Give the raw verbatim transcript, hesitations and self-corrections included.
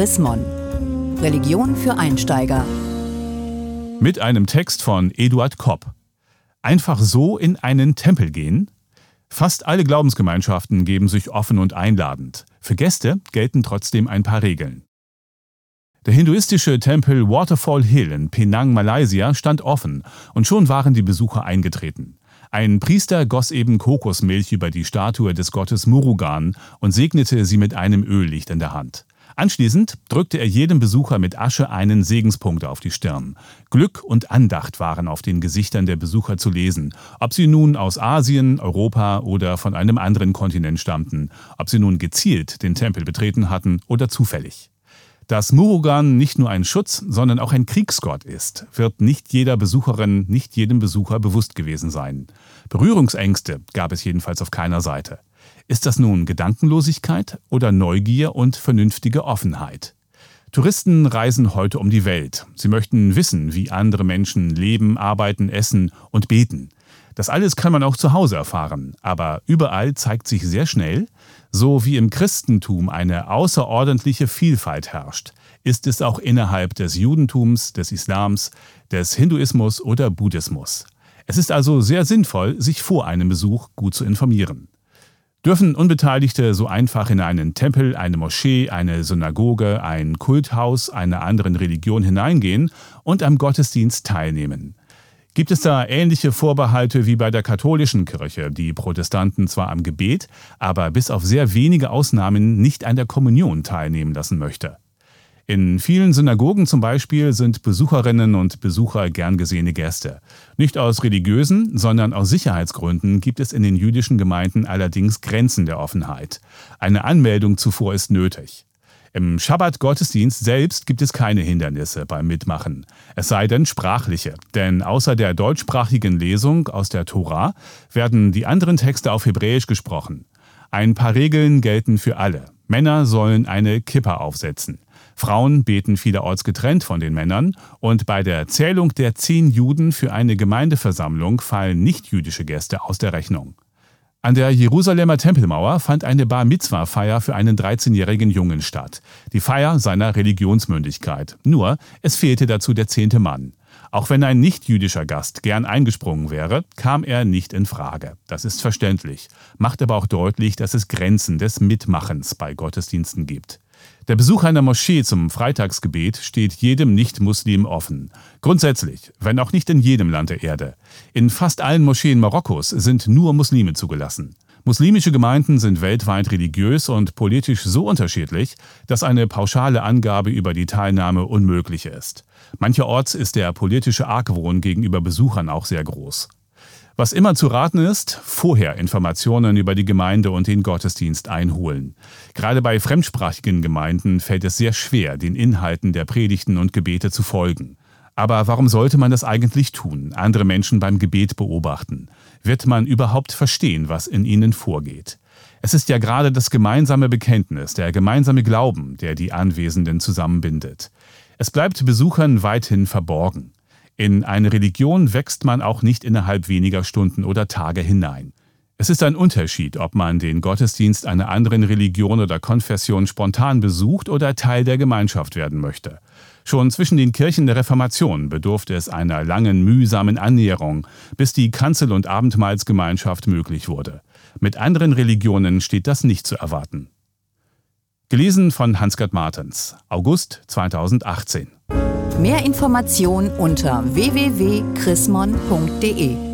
Chris Mon. Religion für Einsteiger. Mit einem Text von Eduard Kopp. Einfach so in einen Tempel gehen? Fast alle Glaubensgemeinschaften geben sich offen und einladend. Für Gäste gelten trotzdem ein paar Regeln. Der hinduistische Tempel Waterfall Hill in Penang, Malaysia, stand offen und schon waren die Besucher eingetreten. Ein Priester goss eben Kokosmilch über die Statue des Gottes Murugan und segnete sie mit einem Öllicht in der Hand. Anschließend drückte er jedem Besucher mit Asche einen Segenspunkt auf die Stirn. Glück und Andacht waren auf den Gesichtern der Besucher zu lesen, ob sie nun aus Asien, Europa oder von einem anderen Kontinent stammten, ob sie nun gezielt den Tempel betreten hatten oder zufällig. Dass Murugan nicht nur ein Schutz, sondern auch ein Kriegsgott ist, wird nicht jeder Besucherin, nicht jedem Besucher bewusst gewesen sein. Berührungsängste gab es jedenfalls auf keiner Seite. Ist das nun Gedankenlosigkeit oder Neugier und vernünftige Offenheit? Touristen reisen heute um die Welt. Sie möchten wissen, wie andere Menschen leben, arbeiten, essen und beten. Das alles kann man auch zu Hause erfahren, aber überall zeigt sich sehr schnell, so wie im Christentum eine außerordentliche Vielfalt herrscht, ist es auch innerhalb des Judentums, des Islams, des Hinduismus oder Buddhismus. Es ist also sehr sinnvoll, sich vor einem Besuch gut zu informieren. Dürfen Unbeteiligte so einfach in einen Tempel, eine Moschee, eine Synagoge, ein Kulthaus einer anderen Religion hineingehen und am Gottesdienst teilnehmen? Gibt es da ähnliche Vorbehalte wie bei der katholischen Kirche, die Protestanten zwar am Gebet, aber bis auf sehr wenige Ausnahmen nicht an der Kommunion teilnehmen lassen möchte? In vielen Synagogen zum Beispiel sind Besucherinnen und Besucher gern gesehene Gäste. Nicht aus religiösen, sondern aus Sicherheitsgründen gibt es in den jüdischen Gemeinden allerdings Grenzen der Offenheit. Eine Anmeldung zuvor ist nötig. Im Schabbat-Gottesdienst selbst gibt es keine Hindernisse beim Mitmachen. Es sei denn sprachliche, denn außer der deutschsprachigen Lesung aus der Tora werden die anderen Texte auf Hebräisch gesprochen. Ein paar Regeln gelten für alle. Männer sollen eine Kippa aufsetzen. Frauen beten vielerorts getrennt von den Männern und bei der Zählung der zehn Juden für eine Gemeindeversammlung fallen nichtjüdische Gäste aus der Rechnung. An der Jerusalemer Tempelmauer fand eine Bar-Mitzwa-Feier für einen dreizehnjährigen Jungen statt. Die Feier seiner Religionsmündigkeit. Nur, es fehlte dazu der zehnte Mann. Auch wenn ein nichtjüdischer Gast gern eingesprungen wäre, kam er nicht in Frage. Das ist verständlich, macht aber auch deutlich, dass es Grenzen des Mitmachens bei Gottesdiensten gibt. Der Besuch einer Moschee zum Freitagsgebet steht jedem Nicht-Muslim offen. Grundsätzlich, wenn auch nicht in jedem Land der Erde. In fast allen Moscheen Marokkos sind nur Muslime zugelassen. Muslimische Gemeinden sind weltweit religiös und politisch so unterschiedlich, dass eine pauschale Angabe über die Teilnahme unmöglich ist. Mancherorts ist der politische Argwohn gegenüber Besuchern auch sehr groß. Was immer zu raten ist, vorher Informationen über die Gemeinde und den Gottesdienst einholen. Gerade bei fremdsprachigen Gemeinden fällt es sehr schwer, den Inhalten der Predigten und Gebete zu folgen. Aber warum sollte man das eigentlich tun, andere Menschen beim Gebet beobachten? Wird man überhaupt verstehen, was in ihnen vorgeht? Es ist ja gerade das gemeinsame Bekenntnis, der gemeinsame Glauben, der die Anwesenden zusammenbindet. Es bleibt Besuchern weithin verborgen. In eine Religion wächst man auch nicht innerhalb weniger Stunden oder Tage hinein. Es ist ein Unterschied, ob man den Gottesdienst einer anderen Religion oder Konfession spontan besucht oder Teil der Gemeinschaft werden möchte. Schon zwischen den Kirchen der Reformation bedurfte es einer langen, mühsamen Annäherung, bis die Kanzel- und Abendmahlsgemeinschaft möglich wurde. Mit anderen Religionen steht das nicht zu erwarten. Gelesen von Hans-Gerd Martens, August zweitausendachtzehn. Mehr Informationen unter w w w punkt chris mon punkt d e.